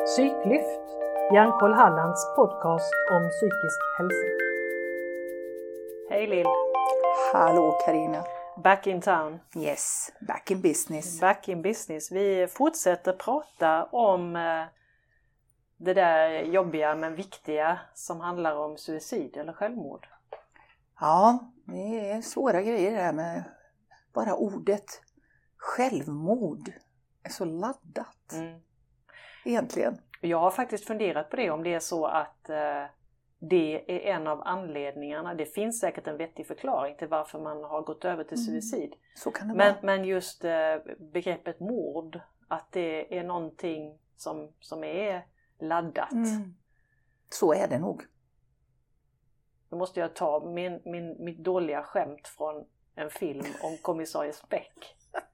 Psyklyft, Hjärnkoll Hallands podcast om psykisk hälsa. Hej Lill. Hallå Carina. Back in town. Yes, back in business. Back in business. Vi fortsätter prata om det där jobbiga men viktiga som handlar om suicid eller självmord. Ja, det är svåra grejer det här med bara ordet självmord är så laddat. Egentligen. Jag har faktiskt funderat på det, om det är så att det är en av anledningarna. Det finns säkert en vettig förklaring till varför man har gått över till suicid. Så kan det vara. Men just begreppet mord, att det är någonting som är laddat. Så är det nog. Då måste jag ta mitt dåliga skämt från en film om kommissarie Speck.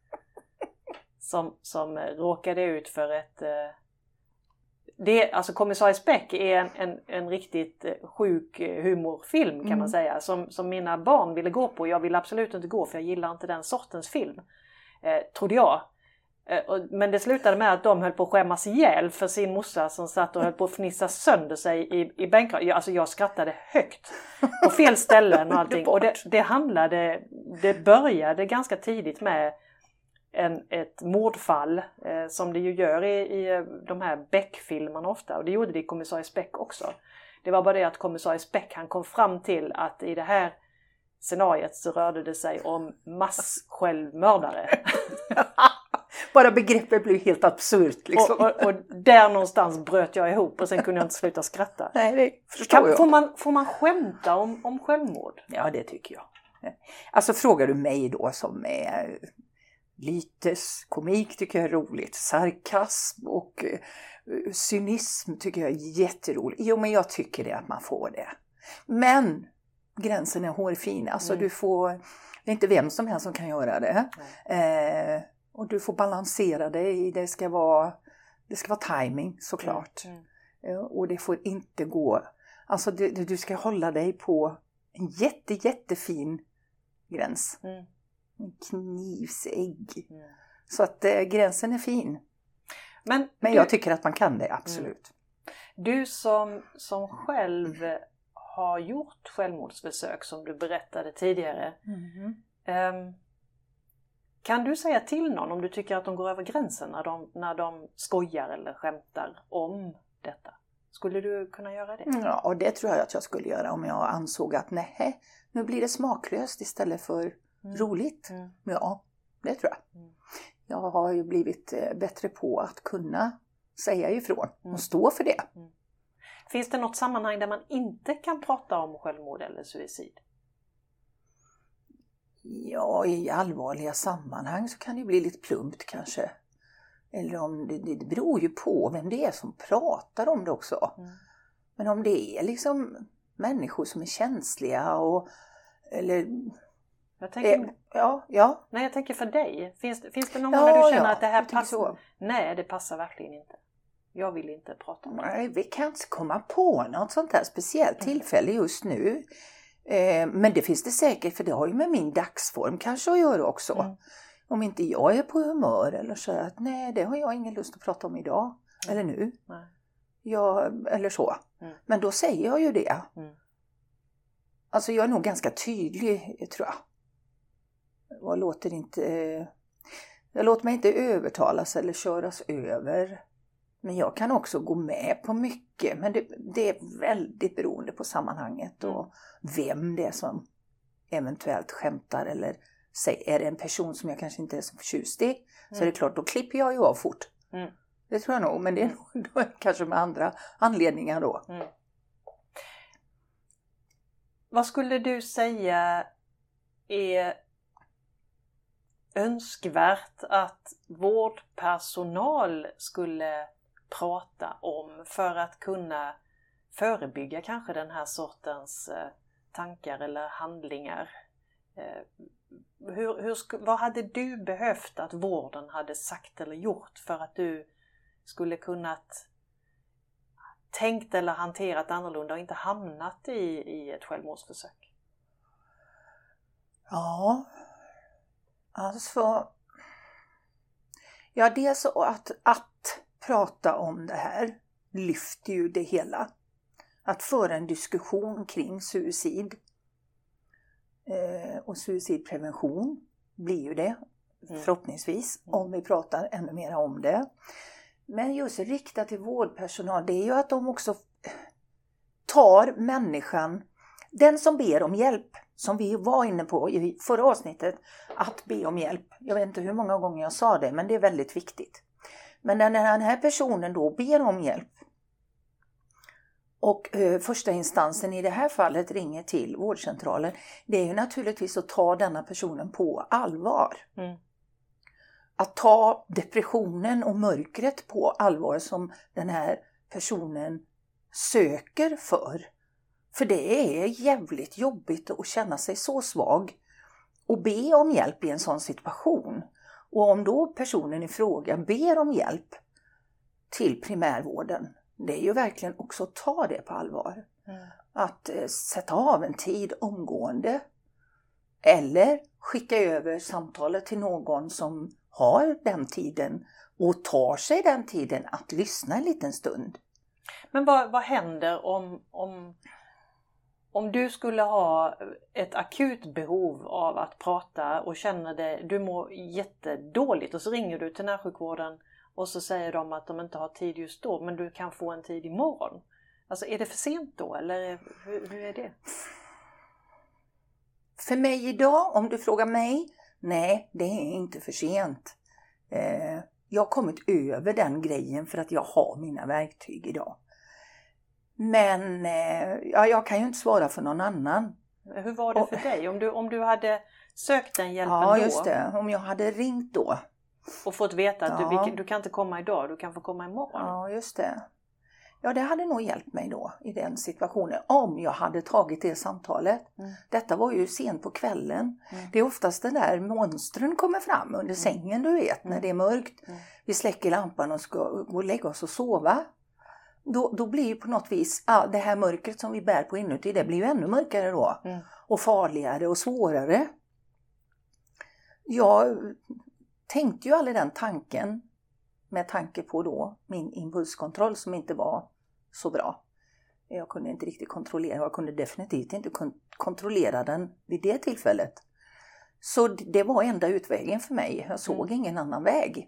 Som råkade ut för ett... alltså kommissarie Speck är en riktigt sjuk humorfilm kan man säga. Som mina barn ville gå på. Jag ville absolut inte gå för jag gillar inte den sortens film. Trodde jag. Men det slutade med att de höll på att skämmas ihjäl för sin morsa som satt och höll på att fnissa sönder sig i bänken. Alltså jag skrattade högt på fel ställen och allting. Och det började ganska tidigt med ett mordfall som det ju gör i de här Beck-filmerna ofta. Och det gjorde det i kommissarie Speck också. Det var bara det att kommissarie Speck han kom fram till att i det här scenariet så rörde det sig om massjälvmördare. Bara begreppet blev helt absurt liksom. Och där någonstans bröt jag ihop och sen kunde jag inte sluta skratta. Nej, det förstår jag. Får man skämta om självmord? Ja, det tycker jag. Alltså frågar du mig då som är lite komik tycker jag är roligt. Sarkasm och cynism tycker jag är jätteroligt. Jo, men jag tycker det att man får det. Men gränsen är hårfin. Alltså det är inte vem som helst som kan göra det. Och du får balansera det. Det ska vara timing såklart. Och det får inte gå. Alltså du ska hålla dig på en jättefin gräns. En knivsägg. Så att gränsen är fin. Men jag tycker att man kan det, absolut. Du som själv har gjort självmordsförsök som du berättade tidigare. Kan du säga till någon om du tycker att de går över gränsen när de skojar eller skämtar om detta? Skulle du kunna göra det? Ja, och det tror jag att jag skulle göra om jag ansåg att nej, nu blir det smaklöst istället för roligt. Ja, det tror jag. Jag har ju blivit bättre på att kunna säga ifrån och stå för det. Finns det något sammanhang där man inte kan prata om självmord eller suicid? Ja, i allvarliga sammanhang så kan det bli lite plumpt kanske. Eller om det beror ju på vem det är som pratar om det också. Men om det är liksom människor som är känsliga eller... Jag tänker, ja. Nej, jag tänker för dig. Finns det någon gång när du känner att det här passar? Så. Nej, det passar verkligen inte. Jag vill inte prata om det. Nej, vi kan inte komma på något sånt här speciellt tillfälle just nu. Men det finns det säkert, för det har ju med min dagsform kanske att göra också. Om inte jag är på humör eller så att nej, det har jag ingen lust att prata om idag. Eller nu. Eller så. Men då säger jag ju det. Alltså jag är nog ganska tydlig, tror jag. Jag låter mig inte övertalas eller köras över. Men jag kan också gå med på mycket. Men det är väldigt beroende på sammanhanget och vem det är som eventuellt skämtar. Eller är det en person som jag kanske inte är så förtjust i, så är det klart, då klipper jag ju av fort. Det tror jag nog, men det är nog kanske med andra anledningar då. Vad skulle du säga är önskvärt att vårdpersonal skulle prata om för att kunna förebygga kanske den här sortens tankar eller handlingar? Vad hade du behövt att vården hade sagt eller gjort för att du skulle kunnat tänkt eller hanterat annorlunda och inte hamnat i ett självmordsförsök? Ja, alltså... Ja, det är så att prata om det här lyfter ju det hela. Att föra en diskussion kring suicid och suicidprevention blir ju det förhoppningsvis om vi pratar ännu mer om det. Men just riktat till vårdpersonal, det är ju att de också tar människan, den som ber om hjälp, som vi var inne på i förra avsnittet, att be om hjälp. Jag vet inte hur många gånger jag sa det, men det är väldigt viktigt. Men när den här personen då ber om hjälp och första instansen i det här fallet ringer till vårdcentralen, det är ju naturligtvis att ta denna personen på allvar. Att ta depressionen och mörkret på allvar som den här personen söker för. För det är jävligt jobbigt att känna sig så svag och be om hjälp i en sån situation. Och om då personen i fråga ber om hjälp till primärvården, det är ju verkligen också att ta det på allvar. Att sätta av en tid omgående eller skicka över samtalet till någon som har den tiden och tar sig den tiden att lyssna en liten stund. Men vad händer om du skulle ha ett akut behov av att prata och känner det, du mår jättedåligt och så ringer du till närsjukvården och så säger de att de inte har tid just då, men du kan få en tid imorgon. Alltså är det för sent då eller hur är det? För mig idag, om du frågar mig, nej det är inte för sent. Jag har kommit över den grejen för att jag har mina verktyg idag. Men jag kan ju inte svara för någon annan. Hur var det för dig? Om du hade sökt den hjälpen då? Ja, just det. Om jag hade ringt då. Och fått veta att du kan inte komma idag, du kan få komma imorgon. Ja, just det. Ja, det hade nog hjälpt mig då i den situationen. Om jag hade tagit det samtalet. Detta var ju sent på kvällen. Det är oftast den där monstren kommer fram under sängen, du vet. När det är mörkt. Vi släcker lampan och ska gå och lägga oss och sova. Då blir ju på något vis det här mörkret som vi bär på inuti, det blir ju ännu mörkare då. Och farligare och svårare. Jag tänkte ju aldrig den tanken med tanke på då min impulskontroll som inte var så bra. Jag kunde inte riktigt kontrollera, jag kunde definitivt inte kontrollera den vid det tillfället. Så det var enda utvägen för mig, jag såg ingen annan väg.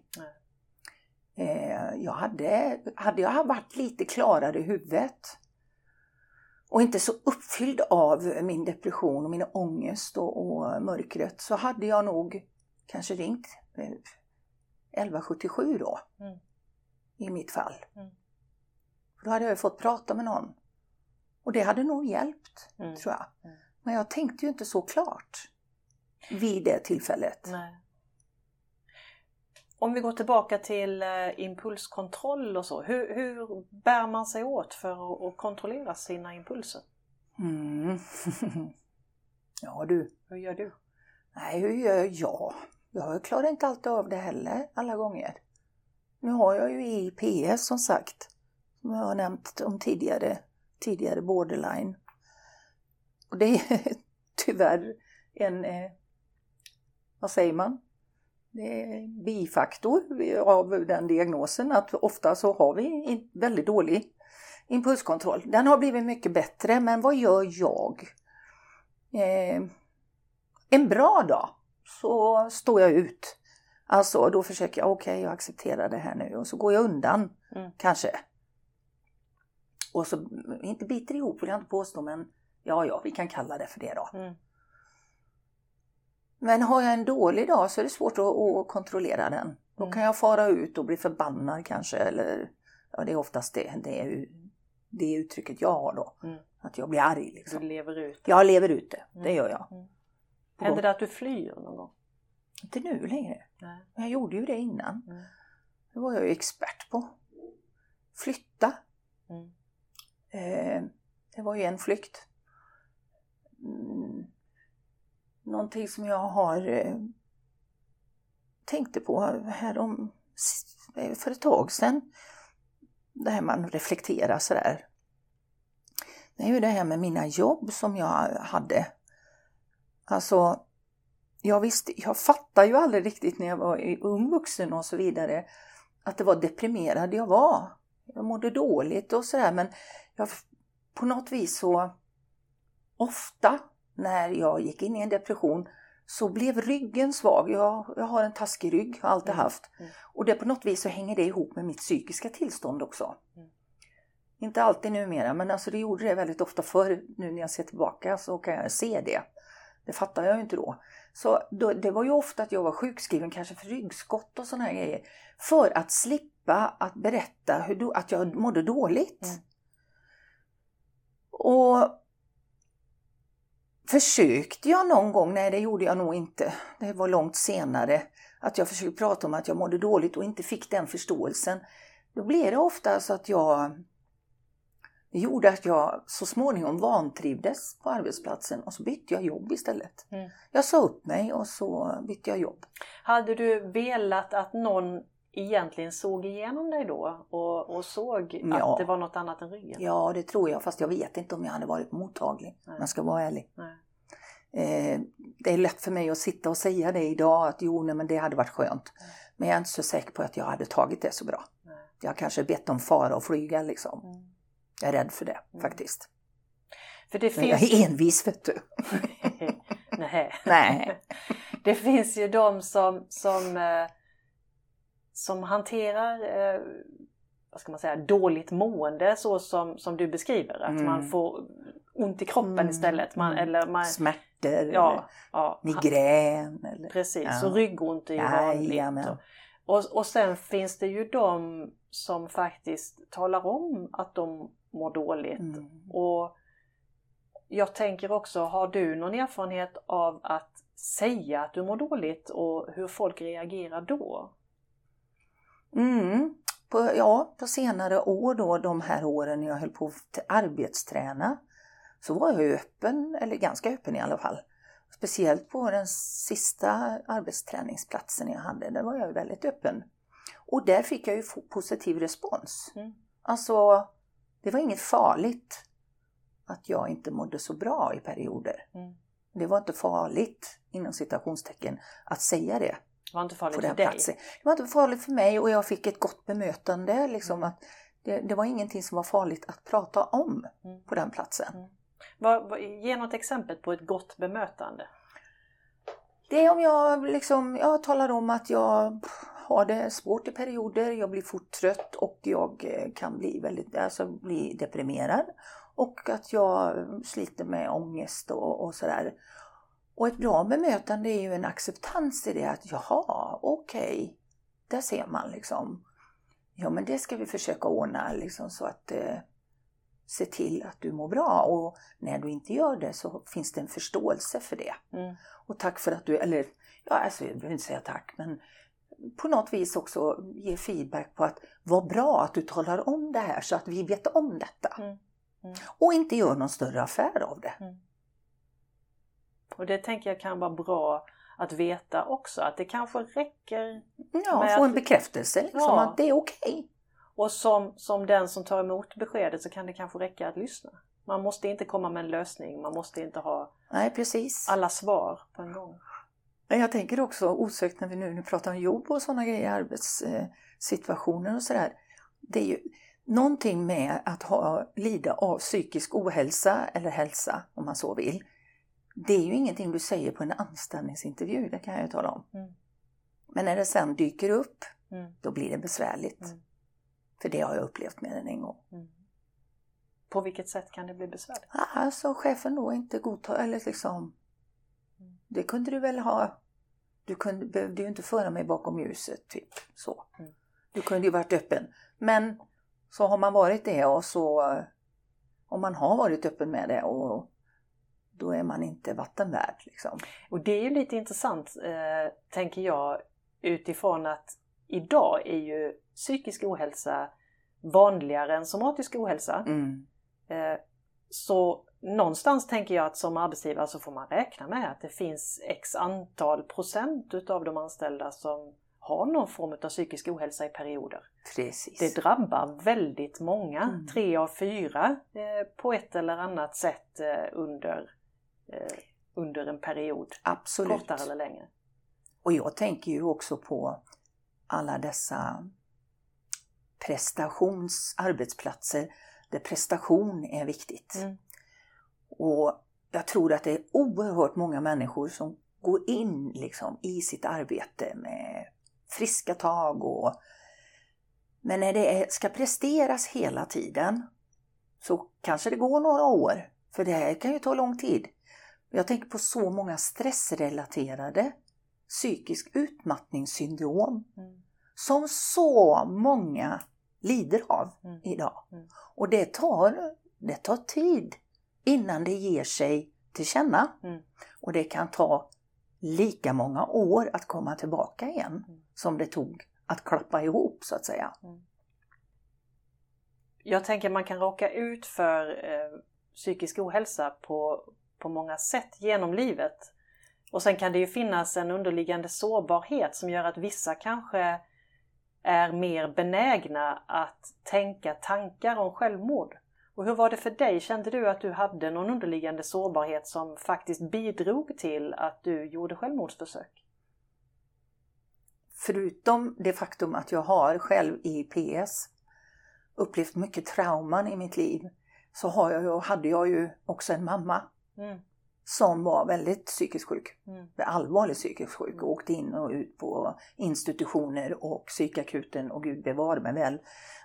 Hade jag varit lite klarare i huvudet och inte så uppfylld av min depression och min ångest och mörkret, så hade jag nog kanske ringt 1177 då i mitt fall. Då hade jag fått prata med någon och det hade nog hjälpt tror jag. Men jag tänkte ju inte så klart vid det tillfället. Nej. Om vi går tillbaka till impulskontroll och så. Hur bär man sig åt för att kontrollera sina impulser? Ja du. Hur gör du? Nej, hur gör jag? Jag klarar inte alltid av det heller alla gånger. Nu har jag ju IPS som sagt. Som jag har nämnt om tidigare borderline. Och det är tyvärr en, vad säger man? Det är bifaktor av den diagnosen att ofta så har vi väldigt dålig impulskontroll. Den har blivit mycket bättre, men vad gör jag? En bra dag så står jag ut. Alltså då försöker jag, okej, jag accepterar det här nu och så går jag undan kanske. Och så, inte biter ihop vill jag inte påstå, men ja, vi kan kalla det för det då. Men har jag en dålig dag så är det svårt att kontrollera den. Då kan jag fara ut och bli förbannad kanske. Eller, ja, det är oftast det uttrycket jag har då. Att jag blir arg. Liksom. Du lever ut. Jag lever ut det. Det gör jag. Händer det att du flyr någon gång? Inte nu längre. Nej. Men jag gjorde ju det innan. Det var jag ju expert på. Flytta. Det var ju en flykt. Någonting som jag har tänkte på här för ett tag sedan. Det här man reflekterar sådär. Det är ju det här med mina jobb som jag hade. Alltså, jag fattade ju aldrig riktigt när jag var ung vuxen och så vidare att det var deprimerad jag var. jag mådde dåligt och sådär, men på något vis så ofta när jag gick in i en depression så blev ryggen svag. Jag har en taskig rygg, har alltid haft. Och det på något vis så hänger det ihop med mitt psykiska tillstånd också. Inte alltid numera, men alltså det gjorde det väldigt ofta förr. Nu när jag ser tillbaka så kan jag se det. Det fattar jag ju inte då. Så det var ju ofta att jag var sjukskriven kanske för ryggskott och såna här grejer. För att slippa att berätta att jag mådde dåligt. Och försökte jag någon gång, nej det gjorde jag nog inte. Det var långt senare att jag försökte prata om att jag mådde dåligt och inte fick den förståelsen. Då blev det ofta så att det gjorde att jag så småningom vantrivdes på arbetsplatsen och så bytte jag jobb istället. Jag sa upp mig och så bytte jag jobb. Hade du velat att någon egentligen såg igenom dig då och såg att det var något annat än ryggen? Ja, det tror jag, fast jag vet inte om jag hade varit mottaglig. Man ska vara ärlig. Det är lätt för mig att sitta och säga det idag att men det hade varit skönt. Men jag är inte så säker på att jag hade tagit det så bra. Jag kanske bett om fara och flyga liksom. Jag är rädd för det faktiskt. För det finns... Jag är envis, vet du. Nej. Det finns ju de som hanterar vad ska man säga, dåligt mående så som du beskriver. Att man får ont i kroppen istället. Smärtor, migrän. Precis, så ryggont är ju vanligt. Och sen finns det ju de som faktiskt talar om att de mår dåligt. Och jag tänker också, har du någon erfarenhet av att säga att du mår dåligt och hur folk reagerar då? På senare år då, de här åren jag höll på att arbetsträna, så var jag ju öppen, eller ganska öppen i alla fall. Speciellt på den sista arbetsträningsplatsen jag hade, där var jag ju väldigt öppen. Och där fick jag ju positiv respons. Alltså, det var inget farligt att jag inte mådde så bra i perioder. Det var inte farligt, inom citationstecken, att säga det. Det var inte farligt för dig? Det var inte farligt för mig och jag fick ett gott bemötande. Liksom, att det var ingenting som var farligt att prata om på den platsen. Ge något exempel på ett gott bemötande. Det är om jag talar om att jag har det svårt i perioder, jag blir fort trött och jag kan bli deprimerad. Och att jag sliter med ångest och sådär. Och ett bra bemötande är ju en acceptans i det att jaha, okej, där ser man liksom. Ja, men det ska vi försöka ordna liksom, så att se till att du mår bra. Och när du inte gör det så finns det en förståelse för det. Och tack för att du, jag vill inte säga tack, men på något vis också ge feedback på att vad bra att du talar om det här så att vi vet om detta. Och inte gör någon större affär av det. Och det tänker jag kan vara bra att veta också. Att det kanske räcker med få en bekräftelse liksom, att det är okej. Och som den som tar emot beskedet så kan det kanske räcka att lyssna. Man måste inte komma med en lösning. Man måste inte ha alla svar på en gång. Men jag tänker också osökt när vi nu pratar om jobb och sådana grejer, arbetssituationer och sådär. Det är ju någonting med att lida av psykisk ohälsa eller hälsa om man så vill. Det är ju ingenting du säger på en anställningsintervju, det kan jag ju tala om. Men när det sen dyker upp, då blir det besvärligt. För det har jag upplevt mer än en gång. På vilket sätt kan det bli besvärligt? Alltså chefen då inte godtar, eller liksom, det kunde du väl ha, behövde ju inte föra mig bakom ljuset, typ så. Du kunde ju varit öppen. Men så har man varit det och så, om man har varit öppen med det och då är man inte vattenvärd liksom. Och det är ju lite intressant, tänker jag, utifrån att idag är ju psykisk ohälsa vanligare än somatisk ohälsa. Så någonstans tänker jag att som arbetsgivare så får man räkna med att det finns x antal procent utav de anställda som har någon form av psykisk ohälsa i perioder. Precis. Det drabbar väldigt många, 3 av 4 på ett eller annat sätt under en period. Absolut. Kortare eller längre. Och jag tänker ju också på alla dessa arbetsplatser där prestation är viktigt. Och jag tror att det är oerhört många människor som går in liksom i sitt arbete med friska tag. Men när det ska presteras hela tiden så kanske det går några år. För det här kan ju ta lång tid. Jag tänker på så många stressrelaterade psykisk utmattningssyndrom som så många lider av idag. Och det tar tid innan det ger sig till känna. Och det kan ta lika många år att komma tillbaka igen som det tog att klappa ihop så att säga. Jag tänker man kan råka ut för psykisk ohälsa på många sätt genom livet. Och sen kan det ju finnas en underliggande sårbarhet som gör att vissa kanske är mer benägna att tänka tankar om självmord. Och hur var det för dig? Kände du att du hade någon underliggande sårbarhet som faktiskt bidrog till att du gjorde självmordsförsök? Förutom det faktum att jag har själv i PS upplevt mycket trauman i mitt liv, så hade jag ju också en mamma som var väldigt psykiskt sjuk. Allvarligt psykiskt sjuk och åkte in och ut på institutioner och psykakuten och gud bevare mig väl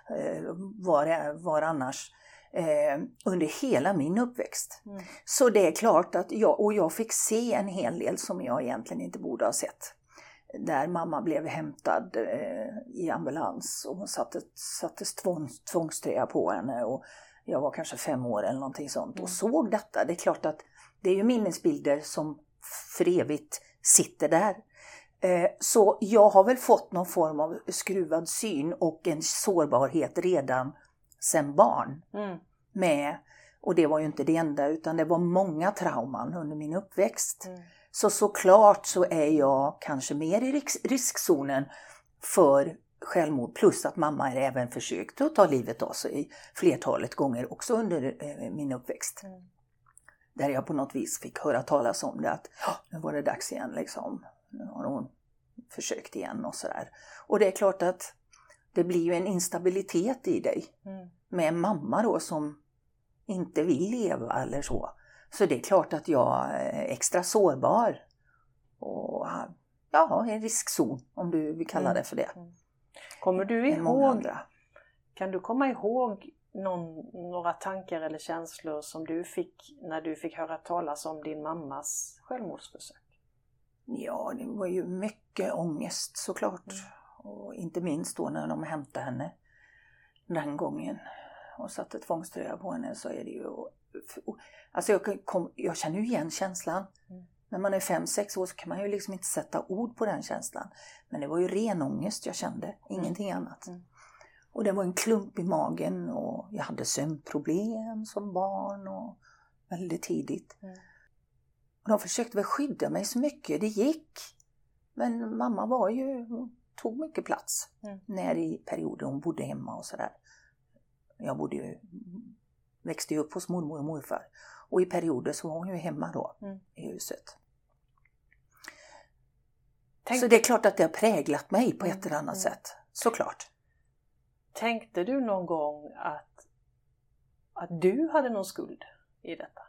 var annars under hela min uppväxt. Så det är klart att jag fick se en hel del som jag egentligen inte borde ha sett. Där mamma blev hämtad i ambulans och hon sattes tvångströja på henne och jag var kanske 5 år eller någonting sånt och såg detta. Det är klart att det är ju minnesbilder som för evigt sitter där. Så jag har väl fått någon form av skruvad syn och en sårbarhet redan sedan barn. Och det var ju inte det enda utan det var många trauman under min uppväxt. Så såklart så är jag kanske mer i riskzonen för självmord. Plus att mamma har även försökt att ta livet av sig flertalet gånger också under min uppväxt. Där jag på något vis fick höra talas om det att nu var det dags igen liksom. Nu har hon försökt igen och sådär. Och det är klart att det blir ju en instabilitet i dig. Med en mamma då som inte vill leva eller så. Så det är klart att jag är extra sårbar. Och en riskzon om du vill kalla det för det. Kommer du ihåg, kan du komma ihåg några tankar eller känslor som du fick när du fick höra talas om din mammas självmordsförsök? Ja, det var ju mycket ångest såklart. Och inte minst då när de hämtade henne den gången och satte tvångströja på henne, så är det ju... Alltså jag känner ju igen känslan. När man är 5-6 år så kan man ju liksom inte sätta ord på den känslan. Men det var ju ren ångest jag kände, ingenting annat. Och det var en klump i magen och jag hade sömnproblem som barn och väldigt tidigt. Och de försökte väl skydda mig så mycket det gick. Men mamma tog mycket plats när i perioder hon bodde hemma och sådär. Jag växte ju upp hos mormor och morfar. Och i perioder så var hon ju hemma då i huset. Så det är klart att det har präglat mig på ett eller annat sätt. Såklart. Tänkte du någon gång att du hade någon skuld i detta?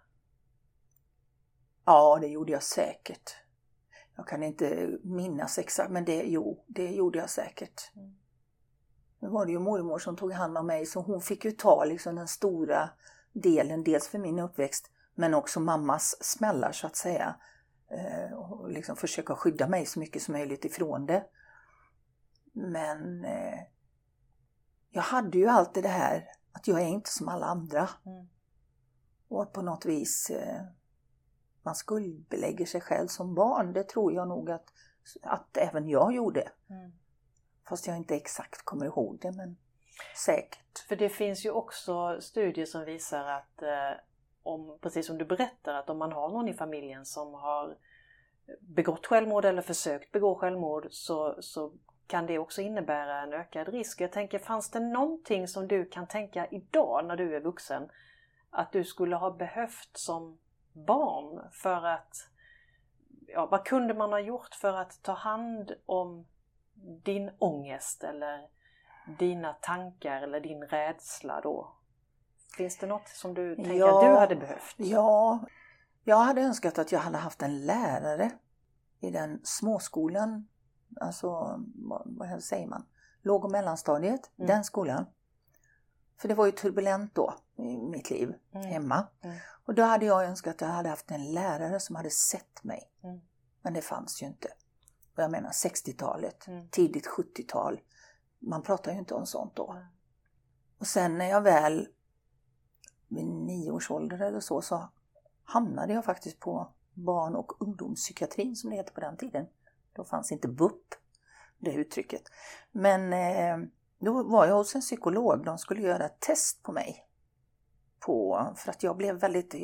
Ja, det gjorde jag säkert. Jag kan inte minnas exakt, men det gjorde jag säkert. Nu var det ju mormor som tog hand om mig, så hon fick ju ta liksom den stora delen, dels för min uppväxt, men också mammas smällar så att säga. Och liksom försöka skydda mig så mycket som möjligt ifrån det. Men jag hade ju alltid det här att jag är inte som alla andra. Och att på något vis man skuldbelägger sig själv som barn. Det tror jag nog att även jag gjorde. Fast jag inte exakt kommer ihåg det, men säkert. För det finns ju också studier som visar att precis som du berättar, att om man har någon i familjen som har begått självmord eller försökt begå självmord, så kan det också innebära en ökad risk. Jag tänker, fanns det någonting som du kan tänka idag när du är vuxen att du skulle ha behövt som barn för att, vad kunde man ha gjort för att ta hand om din ångest eller dina tankar eller din rädsla då? Finns det något som du tänker att du hade behövt? Ja, jag hade önskat att jag hade haft en lärare i den småskolan, alltså vad säger man, låg- och mellanstadiet, den skolan. För det var ju turbulent då i mitt liv hemma. Och då hade jag önskat att jag hade haft en lärare som hade sett mig. Men det fanns ju inte. Och jag menar 60-talet, tidigt 70-tal. Man pratar ju inte om sånt då. Och sen när jag väl vid 9 års ålder eller så hamnade jag faktiskt på barn- och ungdomspsykiatrin som det heter på den tiden. Då fanns inte BUP, det uttrycket. Men då var jag hos en psykolog. De skulle göra ett test på mig. För att jag blev väldigt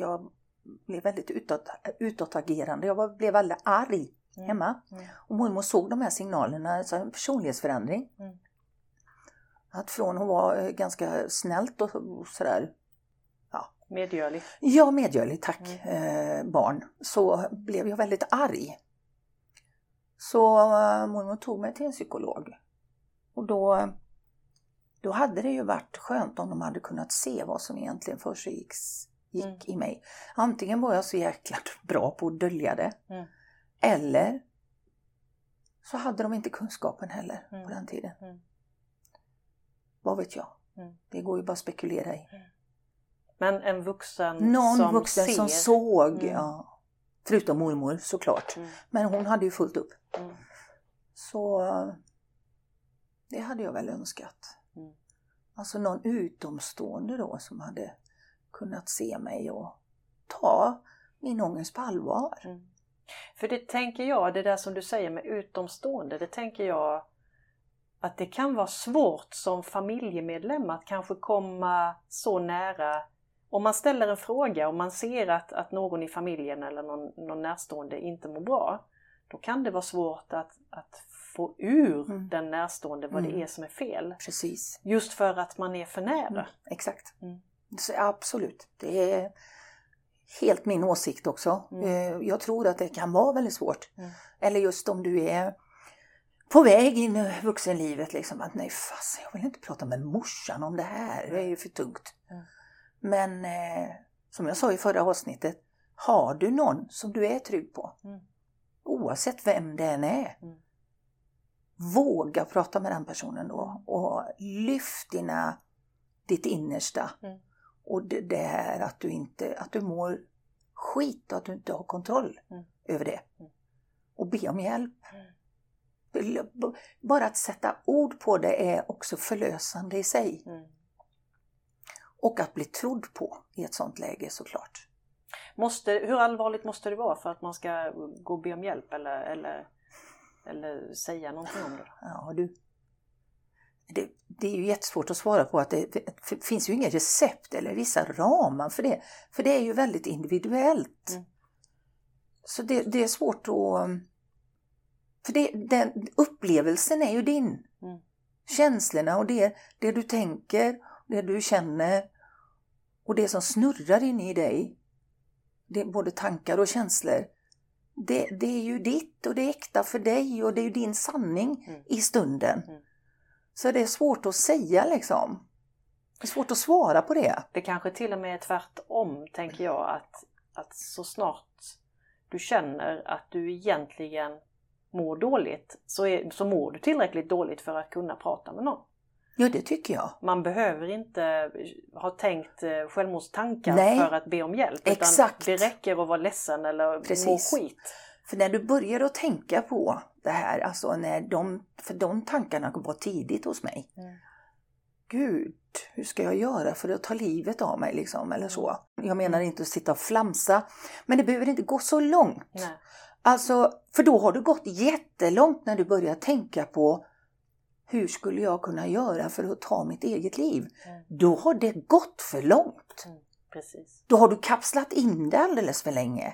utåtagerande. Jag blev väldigt arg hemma. Och mormor såg de här signalerna, alltså en personlighetsförändring. Att från hon var ganska snällt och sådär. Ja. Medgörlig. Ja, medgörlig, tack. Barn. Så blev jag väldigt arg. Så mormor tog mig till en psykolog. Och då hade det ju varit skönt om de hade kunnat se vad som egentligen gick i mig. Antingen var jag så jäkla bra på att dölja det. Eller så hade de inte kunskapen heller på den tiden. Vad vet jag? Det går ju bara att spekulera i. Men en vuxen som såg, ja. Förutom mormor såklart. Men hon hade ju fullt upp. Så det hade jag väl önskat. Alltså någon utomstående då som hade kunnat se mig och ta min ångest på allvar. För det tänker jag, det där som du säger med utomstående, det tänker jag att det kan vara svårt som familjemedlem att kanske komma så nära. Om man ställer en fråga och man ser att någon i familjen eller någon närstående inte mår bra, då kan det vara svårt att få ur den närstående vad det är som är fel. Precis. Just för att man är för nära. Exakt. Så absolut. Det är helt min åsikt också. Jag tror att det kan vara väldigt svårt. Eller just om du är på väg in i vuxenlivet liksom, att nej fast jag vill inte prata med morsan om det här. Det är ju för tungt. Men som jag sa i förra avsnittet, har du någon som du är trygg på? Oavsett vem det än är. Våga prata med den personen då. Och lyft ditt innersta. Och det här att du mår skit och att du inte har kontroll över det. Och be om hjälp. Bara att sätta ord på det är också förlösande i sig. Och att bli trodd på i ett sånt läge såklart. Hur allvarligt måste det vara för att man ska gå och be om hjälp eller säga någonting om det? Ja, det är ju jättesvårt att svara på att det finns ju inga recept eller vissa ramar för det. För det är ju väldigt individuellt. Så det är svårt att... För den upplevelsen är ju din. Känslorna och det du tänker, det du känner och det som snurrar in i dig. Det är både tankar och känslor. Det är ju ditt och det är äkta för dig och det är ju din sanning i stunden. Så det är svårt att säga liksom. Det är svårt att svara på det. Det kanske till och med är tvärtom, tänker jag, att så snart du känner att du egentligen mår dåligt så mår du tillräckligt dåligt för att kunna prata med någon. Ja, det tycker jag. Man behöver inte ha tänkt självmordstankar för att be om hjälp. Exakt. Utan det räcker att vara ledsen eller må skit. För när du börjar att tänka på det här, alltså för de tankarna går tidigt hos mig. Gud, hur ska jag göra för att ta livet av mig liksom, eller så. Jag menar inte att sitta och flamsa, men det behöver inte gå så långt. Nej. Alltså, för då har du gått jättelångt när du börjar tänka på hur skulle jag kunna göra för att ta mitt eget liv. Då har det gått för långt. Precis. Då har du kapslat in det alldeles för länge.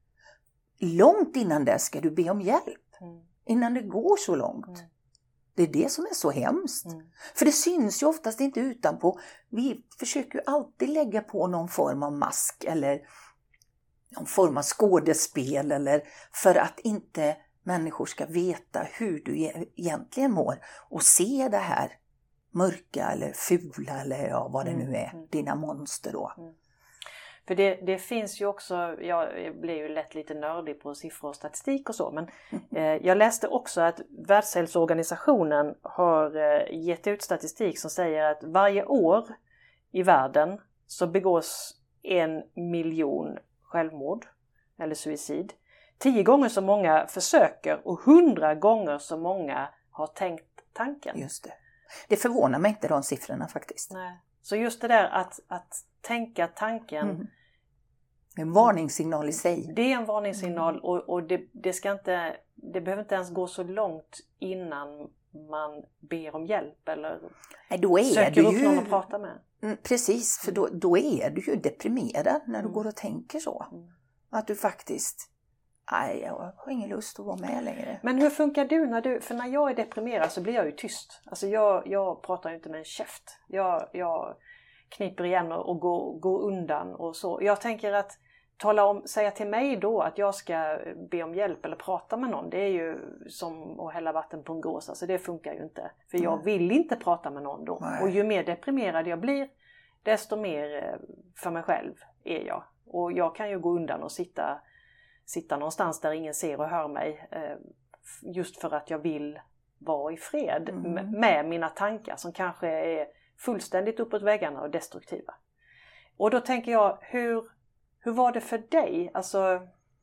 Långt innan det ska du be om hjälp. Innan det går så långt. Det är det som är så hemskt. För det syns ju oftast inte utanpå. Vi försöker ju alltid lägga på någon form av mask eller någon form av skådespel eller för att inte människor ska veta hur du egentligen mår och se det här mörka eller fula eller vad det nu är, dina monster då. För det finns ju också, jag blir ju lätt lite nördig på siffror och statistik och så, men jag läste också att Världshälsoorganisationen har gett ut statistik som säger att varje år i världen så begås 1 miljon självmord eller suicid. 10 gånger så många försöker och 100 gånger så många har tänkt tanken. Just det. Det förvånar mig inte de siffrorna faktiskt. Nej. Så just det där att tänka tanken. En varningssignal i sig. Det är en varningssignal och det behöver inte ens gå så långt innan man ber om hjälp eller söker upp någon att prata med. Precis, för då är du ju deprimerad när du går och tänker så. Att du faktiskt, jag har ingen lust att vara med längre. Men hur funkar du för när jag är deprimerad så blir jag ju tyst. Alltså jag pratar ju inte med en käft. Jag kniper igen och går undan och så. Jag tänker att säga till mig då att jag ska be om hjälp eller prata med någon, det är ju som att hälla vatten på en gås. Alltså det funkar ju inte. För jag vill inte prata med någon då. Nej. Och ju mer deprimerad jag blir, desto mer för mig själv är jag. Och jag kan ju gå undan och sitta någonstans där ingen ser och hör mig. Just för att jag vill vara i fred med mina tankar som kanske är fullständigt uppåt väggarna och destruktiva. Och då tänker jag, hur var det för dig? Alltså,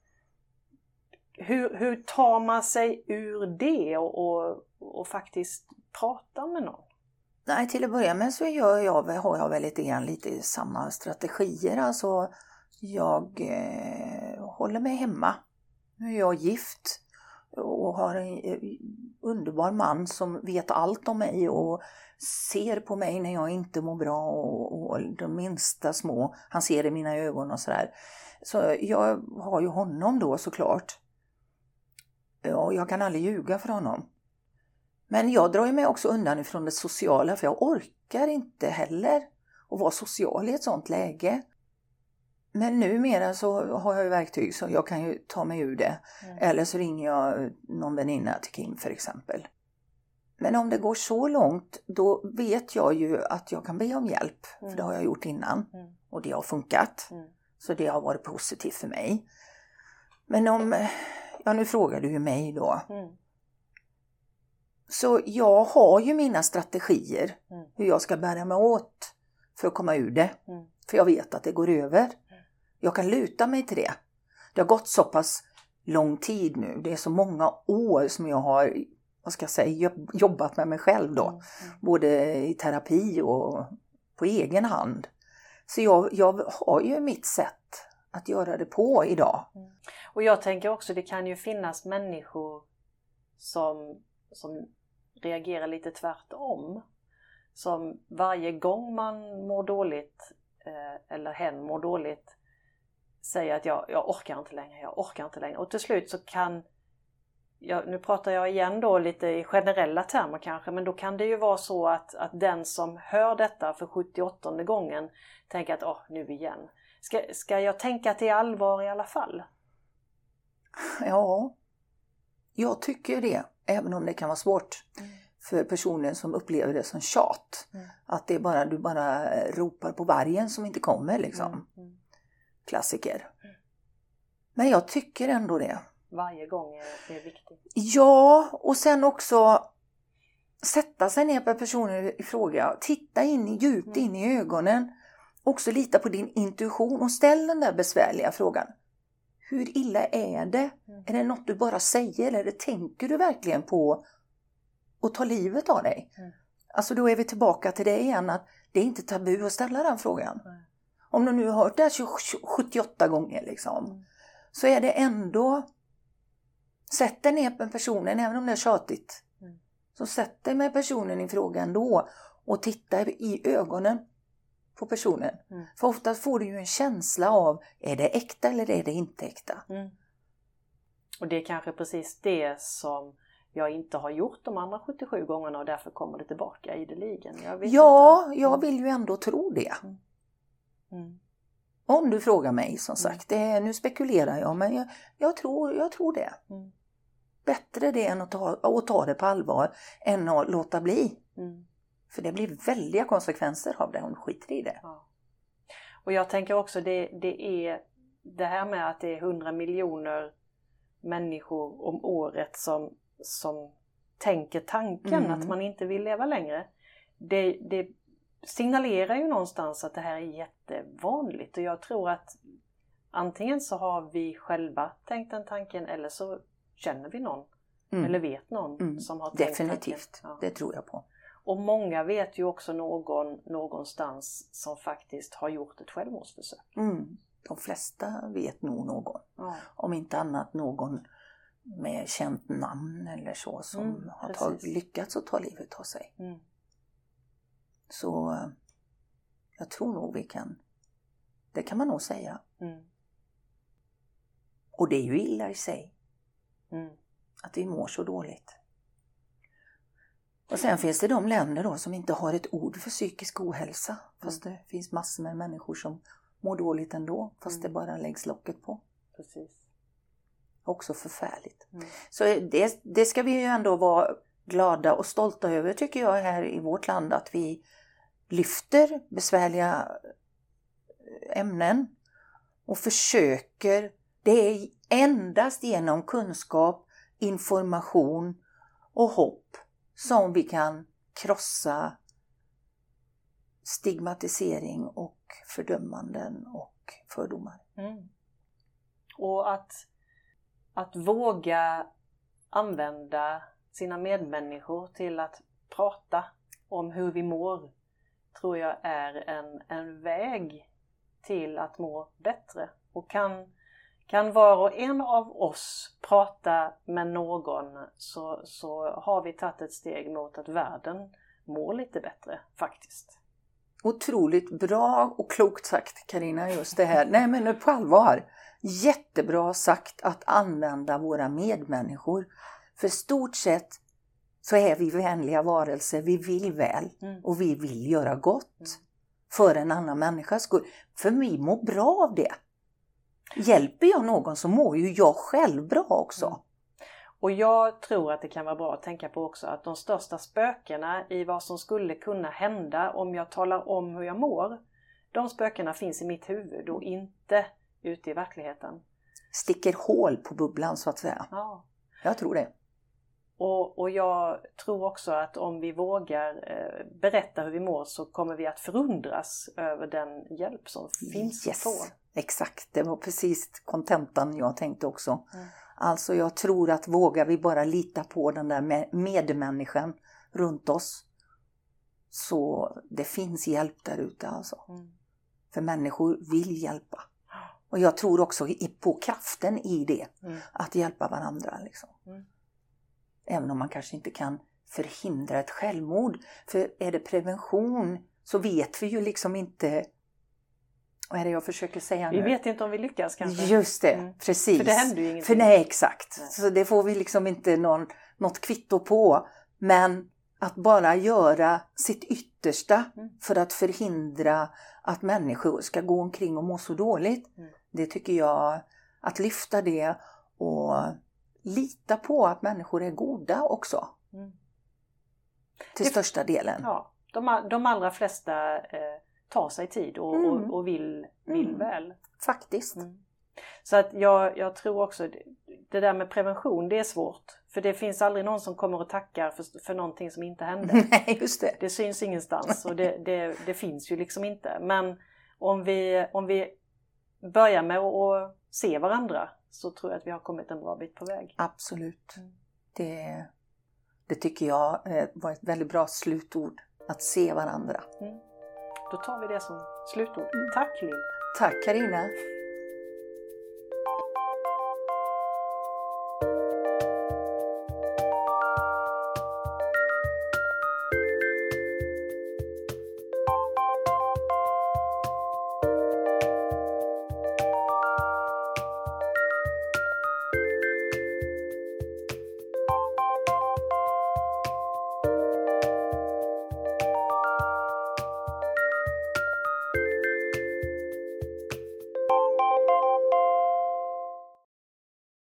hur tar man sig ur det och faktiskt prata med någon? Nej, till att börja med så har jag väl lite samma strategier. Alltså, jag håller mig hemma. Nu är jag gift och har en underbar man som vet allt om mig och ser på mig när jag inte mår bra och de minsta små, han ser i mina ögon och sådär. Så jag har ju honom då såklart. Och jag kan aldrig ljuga för honom. Men jag drar ju mig också undan ifrån det sociala, för jag orkar inte heller att vara social i ett sånt läge. Men numera så har jag ju verktyg så jag kan ju ta mig ur det. Eller så ringer jag någon väninna till Kim för exempel. Men om det går så långt, då vet jag ju att jag kan be om hjälp. För det har jag gjort innan. Och det har funkat. Så det har varit positivt för mig. Men nu frågar du ju mig då. Så jag har ju mina strategier. Hur jag ska bära mig åt för att komma ur det. För jag vet att det går över. Jag kan luta mig till det. Det har gått så pass lång tid nu. Det är så många år som jag har, jobbat med mig själv då. Både i terapi och på egen hand. Så jag har ju mitt sätt att göra det på idag. Och jag tänker också, det kan ju finnas människor som reagerar lite tvärtom. Som varje gång man mår dåligt eller hen mår dåligt säger att jag orkar inte längre. Och till slut så nu pratar jag igen då lite i generella termer kanske, men då kan det ju vara så att den som hör detta för 78:e gången tänker att nu igen. Ska jag tänka att det är allvar i alla fall? Ja, jag tycker det, även om det kan vara svårt för personen som upplever det som tjat. Att det är bara, du bara ropar på vargen som inte kommer liksom. Klassiker. Men jag tycker ändå det. Varje gång är viktigt. Ja, och sen också sätta sig ner på personen i fråga. Titta djupt in i ögonen. Också lita på din intuition och ställ den där besvärliga frågan. Hur illa är det? Är det något du bara säger eller tänker du verkligen på att ta livet av dig? Alltså då är vi tillbaka till det igen, att det är inte tabu att ställa den frågan. Om du nu har hört det 78 gånger liksom, så är det ändå, sätt dig ner med personen, även om det är tjatigt. Så sätt dig med personen i frågan då och titta i ögonen på personen. För ofta får du ju en känsla av, är det äkta eller är det inte äkta? Och det är kanske precis det som jag inte har gjort de andra 77 gångerna och därför kommer det tillbaka ideligen. Jag vill ju ändå tro det. Om du frågar mig som sagt, nu spekulerar jag, men jag tror det. Bättre det än att ta det på allvar än att låta bli. För det blir väldiga konsekvenser av det om du skiter i det. Ja. Och jag tänker också det är det här med att det är 100 miljoner människor om året som tänker tanken att man inte vill leva längre. Det signalerar ju någonstans att det här är jättevanligt. Och jag tror att antingen så har vi själva tänkt den tanken eller så känner vi någon. Eller vet någon som har tänkt Definitivt, tanken. Ja. det tror jag på. Och många vet ju också någonstans som faktiskt har gjort ett självmordsförsök. De flesta vet nog någon. Ja. Om inte annat någon med känt namn eller så som har lyckats att ta livet av sig. Så jag tror nog det kan man nog säga. Och det är ju illa i sig. Att vi mår så dåligt. Och sen finns det de länder då som inte har ett ord för psykisk ohälsa. Fast det finns massor med människor som mår dåligt ändå. Fast det bara läggs locket på. Precis. Också förfärligt. Så det ska vi ju ändå vara glada och stolta över tycker jag här i vårt land. Att vi lyfter besvärliga ämnen. Och försöker. Det är endast genom kunskap, information och hopp som vi kan krossa stigmatisering och fördömanden och fördomar. Och att våga använda sina medmänniskor till att prata om hur vi mår tror jag är en väg till att må bättre. Och kan var och en av oss prata med någon så har vi tagit ett steg mot att världen mår lite bättre faktiskt. Otroligt bra och klokt sagt Carina just det här. Nej men nu på allvar. Jättebra sagt att använda våra medmänniskor. För stort sett så är vi vänliga varelser. Vi vill väl och vi vill göra gott för en annan människas skull. För vi mår bra av det. Hjälper jag någon så mår ju jag själv bra också. Och jag tror att det kan vara bra att tänka på också att de största spökena i vad som skulle kunna hända om jag talar om hur jag mår. De spökena finns i mitt huvud och inte ute i verkligheten. Sticker hål på bubblan så att säga. Ja. Jag tror det. Och jag tror också att om vi vågar berätta hur vi mår så kommer vi att förundras över den hjälp som finns att få. Exakt, det var precis kontentan jag tänkte också. Alltså jag tror att vågar vi bara lita på den där medmänniskan runt oss så det finns hjälp där ute alltså. För människor vill hjälpa. Och jag tror också på kraften i det. Att hjälpa varandra liksom. Även om man kanske inte kan förhindra ett självmord. För är det prevention så vet vi ju liksom inte. Vad är det jag försöker säga nu? Vi vet inte om vi lyckas kanske. Just det, precis. För det händer ju ingenting. För nej, exakt. Nej. Så det får vi liksom inte något kvitto på. Men att bara göra sitt yttersta för att förhindra att människor ska gå omkring och må så dåligt. Det tycker jag, att lyfta det och lita på att människor är goda också. Till största delen. Ja, de allra flesta tar sig tid och vill väl. Faktiskt. Så att jag tror också det där med prevention, det är svårt. För det finns aldrig någon som kommer och tackar för någonting som inte hände. Nej, just det. Det syns ingenstans och det finns ju liksom inte. Men om vi börjar med att se varandra så tror jag att vi har kommit en bra bit på väg. Absolut. Det tycker jag var ett väldigt bra slutord. Att se varandra. Då tar vi det som slutord. Tack Lill. Tack Carina.